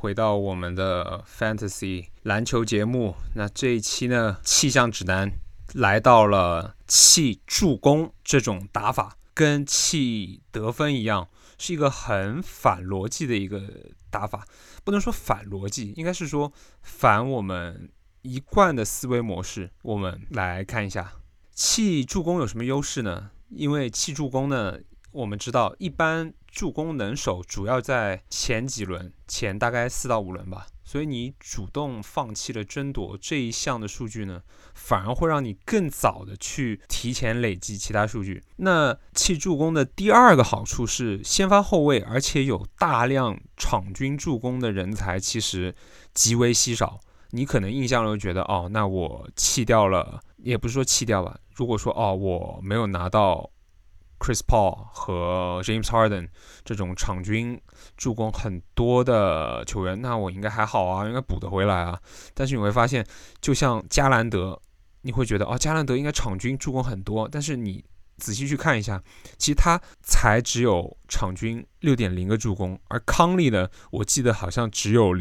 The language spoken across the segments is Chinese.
回到我们的 Fantasy 篮球节目。那这一期呢，气象指南来到了弃助攻这种打法，跟弃得分一样，是一个很反逻辑的一个打法。不能说反逻辑，应该是说反我们一贯的思维模式。我们来看一下弃助攻有什么优势呢？因为弃助攻呢，我们知道一般助攻能手主要在前几轮，前大概4到5轮吧，所以你主动放弃了争夺这一项的数据呢，反而会让你更早的去提前累积其他数据。那弃助攻的第二个好处是，先发后卫而且有大量场均助攻的人才其实极为稀少。你可能印象中觉得那我弃掉了，也不是说弃掉吧，如果说我没有拿到Chris Paul 和 James Harden 这种场均助攻很多的球员，那我应该还好啊，应该补得回来啊。但是你会发现，就像加兰德，你会觉得加兰德应该场均助攻很多，但是你仔细去看一下，其实他才只有场均 6.0 个助攻，而康利呢，我记得好像只有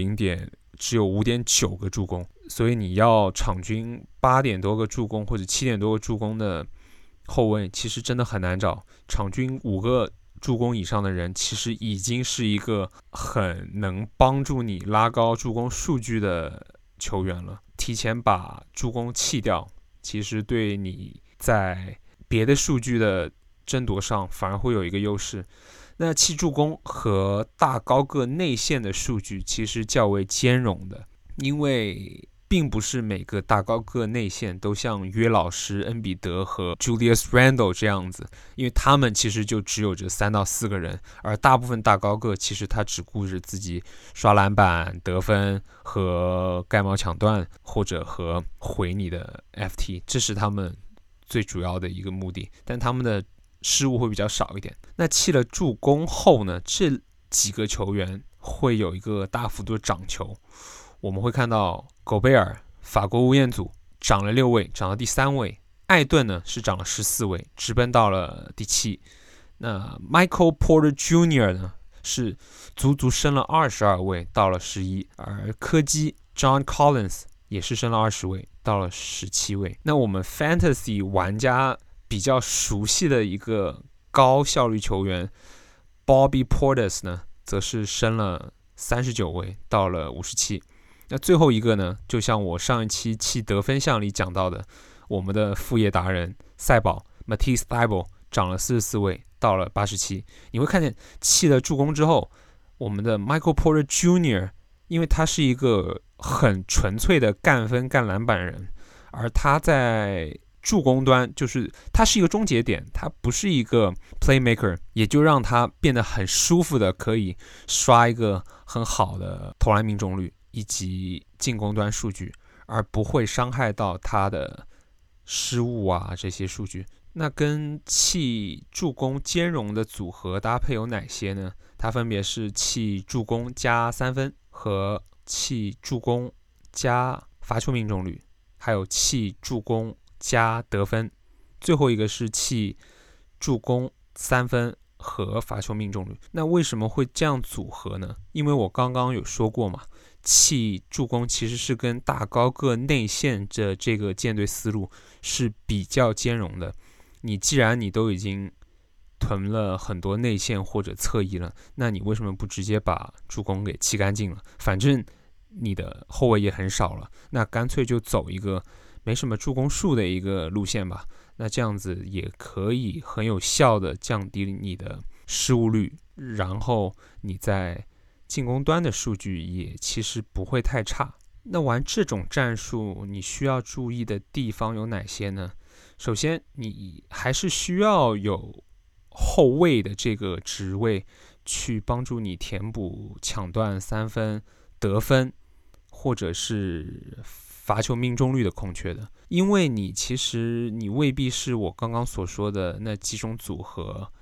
5.9 个助攻，所以你要场均8点多个助攻或者7点多个助攻的后卫其实真的很难找，场均5个助攻以上的人其实已经是一个很能帮助你拉高助攻数据的球员了。提前把助攻弃掉，其实对你在别的数据的争夺上反而会有一个优势。那弃助攻和大高个内线的数据其实较为兼容的，因为并不是每个大高个内线都像约老师、恩比德和 Julius Randle 这样子，因为他们其实就只有这3到4个人，而大部分大高个其实他只顾着自己刷篮板、得分和盖帽抢断，或者和回你的 FT， 这是他们最主要的一个目的，但他们的失误会比较少一点。那弃了助攻后呢，这几个球员会有一个大幅度的涨球。我们会看到狗贝尔，法国吴彦祖涨了6位，涨到第3位。艾顿呢是涨了14位，直奔到了第7。那 Michael Porter Jr. 呢是足足升了22位，到了11。而柯基 John Collins 也是升了20位，到了17位。那我们 Fantasy 玩家比较熟悉的一个高效率球员 Bobby Portis 呢，则是升了39位，到了57。那最后一个呢，就像我上一期弃得分项里讲到的，我们的副业达人赛宝 Matisse Thybulle 涨了44位，到了87。你会看见弃了助攻之后，我们的 Michael Porter Jr. 因为他是一个很纯粹的干分干篮板人，而他在助攻端就是他是一个终结点，他不是一个 playmaker， 也就让他变得很舒服的可以刷一个很好的投篮命中率以及进攻端数据，而不会伤害到他的失误啊这些数据。那跟弃助攻兼容的组合搭配有哪些呢？它分别是弃助攻加3分和弃助攻加罚球命中率，还有弃助攻加得分，最后一个是弃助攻3分和罚球命中率。那为什么会这样组合呢？因为我刚刚有说过嘛，弃助攻其实是跟大高个内线的这个舰队思路是比较兼容的。你既然你都已经囤了很多内线或者侧翼了，那你为什么不直接把助攻给弃干净了？反正你的后卫也很少了，那干脆就走一个没什么助攻数的一个路线吧。那这样子也可以很有效的降低你的失误率，然后你在进攻端的数据也其实不会太差。那玩这种战术你需要注意的地方有哪些呢？首先你还是需要有后卫的这个职位去帮助你填补抢断、3分、得分或者是罚球命中率的空缺的。因为你其实你未必是我刚刚所说的那几种组合，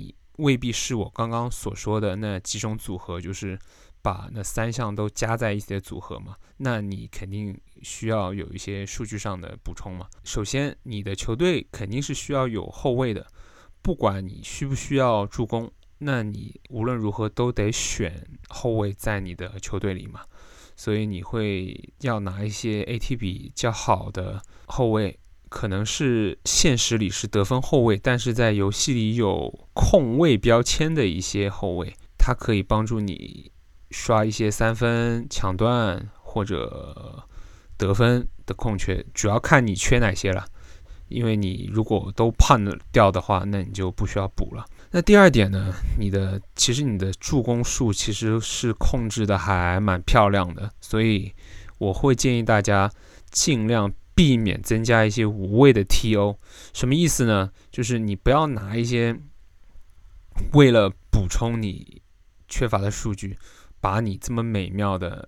就是把那3项都加在一起的组合嘛，那你肯定需要有一些数据上的补充嘛。首先你的球队肯定是需要有后卫的，不管你需不需要助攻， 那你无论如何都得选后卫在你的球队里嘛，所以你会要拿一些 AT 比较好的后卫，可能是现实里是得分后卫，但是在游戏里有控卫标签的一些后卫，它可以帮助你刷一些三分、抢断或者得分的空缺，主要看你缺哪些了。因为你如果都判掉的话，那你就不需要补了。那第二点呢，其实你的助攻数其实是控制的还蛮漂亮的，所以我会建议大家尽量避免增加一些无谓的 TO。 什么意思呢？就是你不要拿一些为了补充你缺乏的数据，把你这么美妙的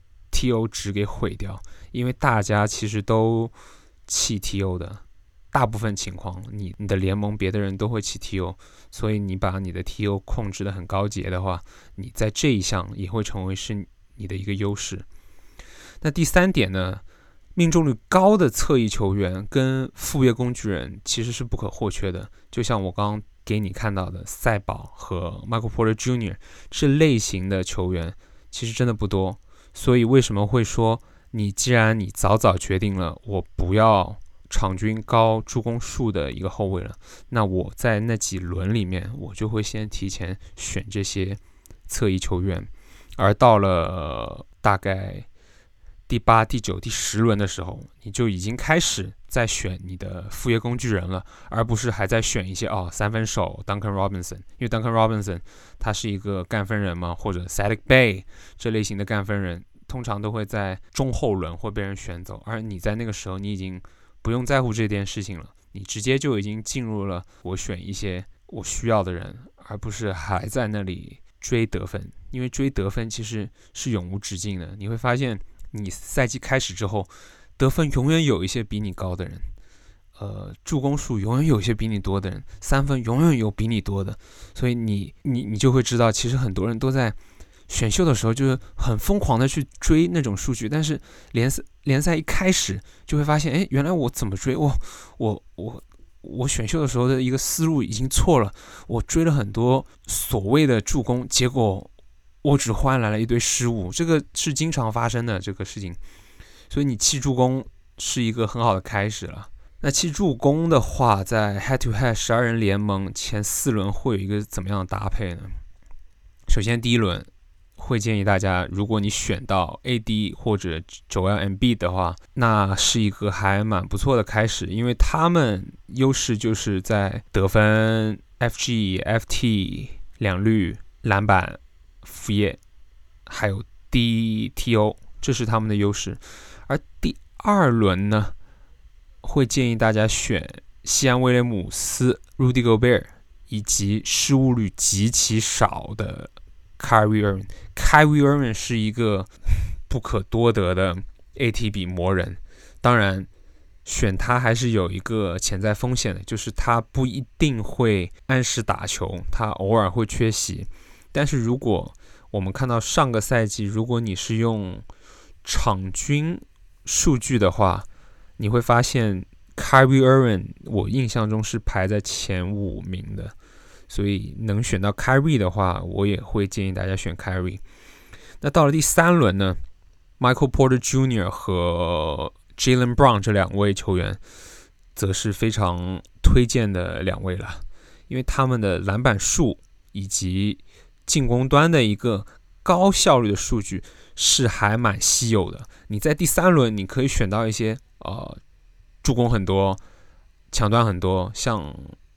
TO 值给毁掉，因为大家其实都弃 TO 的，大部分情况你的联盟别的人都会弃 TO， 所以你把你的 TO 控制得很高阶的话，你在这一项也会成为是你的一个优势。那第三点呢，命中率高的侧翼球员跟副业工具人其实是不可或缺的，就像我刚刚给你看到的赛宝和 Michael Porter Jr. 这类型的球员其实真的不多，所以为什么会说既然你早早决定了我不要场均高助攻数的一个后卫了，那我在那几轮里面我就会先提前选这些侧翼球员，而到了大概第8、第9、第10轮的时候，你就已经开始在选你的副业工具人了，而不是还在选一些三分手 Duncan Robinson， 因为 Duncan Robinson 他是一个干分人嘛，或者 Saddiq Bey 这类型的干分人，通常都会在中后轮会被人选走，而你在那个时候你已经不用在乎这件事情了，你直接就已经进入了我选一些我需要的人，而不是还在那里追得分，因为追得分其实是永无止境的。你会发现你赛季开始之后，得分永远有一些比你高的人，助攻数永远有一些比你多的人，三分永远有比你多的，所以你就会知道，其实很多人都在选秀的时候就是很疯狂的去追那种数据，但是联赛一开始就会发现，原来我怎么追我选秀的时候的一个思路已经错了，我追了很多所谓的助攻，结果我只换来了一堆失误，这个是经常发生的这个事情，所以你弃助攻是一个很好的开始了。那弃助攻的话，在 Head to Head 12人联盟前4轮会有一个怎么样的搭配呢？首先第一轮会建议大家，如果你选到 AD 或者Joel Embiid 的话，那是一个还蛮不错的开始，因为他们优势就是在得分、FG、FT、两率、篮板、副业，还有低 TO， 这是他们的优势。而第2轮呢，会建议大家选西安威廉姆斯、Rudy Gobert 以及失误率极其少的Kyrie Irving。Kyrie Irving 是一个不可多得的 AT 比魔人，当然选他还是有一个潜在风险的，就是他不一定会按时打球，他偶尔会缺席。但是如果我们看到上个赛季，如果你是用场均数据的话，你会发现 Kyrie Irving 我印象中是排在前5名的，所以能选到 Kyrie 的话，我也会建议大家选 Kyrie。 那到了第3轮呢， Michael Porter Jr. 和 Jaylen Brown 这2位球员则是非常推荐的2位了，因为他们的篮板数以及进攻端的一个高效率的数据是还蛮稀有的。你在第3轮你可以选到一些助攻很多、抢断很多，像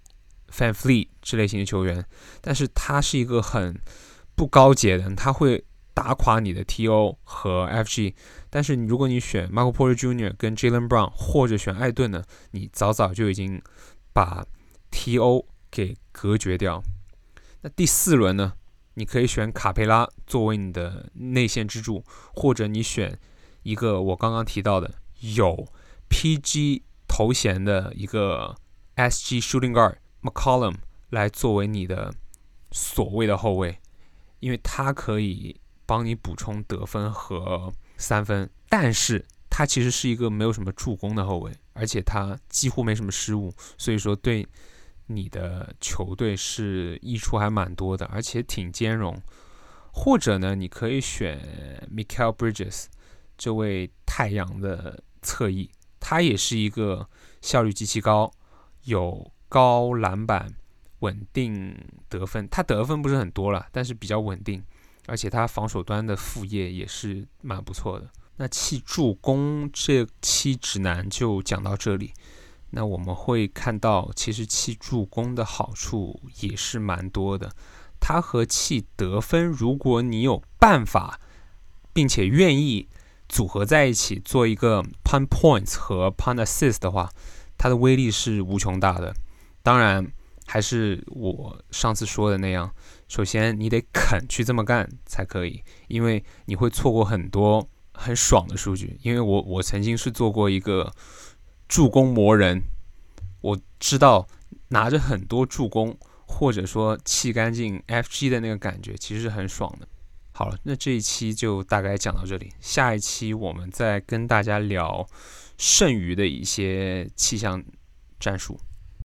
VanVleet 这类型的球员，但是他是一个很不高阶的，他会打垮你的 TO 和 FG。 但是如果你选 Michael Porter Jr. 跟 Jaylen Brown 或者选艾顿呢，你早早就已经把 TO 给隔绝掉。那第4轮呢，你可以选卡佩拉作为你的内线支柱，或者你选一个我刚刚提到的有 PG 头衔的一个 SG Shooting Guard McCollum 来作为你的所谓的后卫，因为他可以帮你补充得分和三分，但是他其实是一个没有什么助攻的后卫，而且他几乎没什么失误，所以说对你的球队是益处还蛮多的，而且挺兼容。或者呢，你可以选 Mikal Bridges 这位太阳的侧翼，他也是一个效率极其高，有高篮板、稳定得分。他得分不是很多了，但是比较稳定，而且他防守端的副业也是蛮不错的。那弃助攻这期指南就讲到这里。那我们会看到，其实弃助攻的好处也是蛮多的。它和弃得分，如果你有办法，并且愿意组合在一起做一个 punt points 和 punt assist 的话，它的威力是无穷大的。当然，还是我上次说的那样，首先你得肯去这么干才可以，因为你会错过很多很爽的数据。因为我曾经是做过一个助攻魔人，我知道拿着很多助攻，或者说弃干净 FG 的那个感觉，其实是很爽的。好了，那这一期就大概讲到这里，下一期我们再跟大家聊剩余的一些气象战术。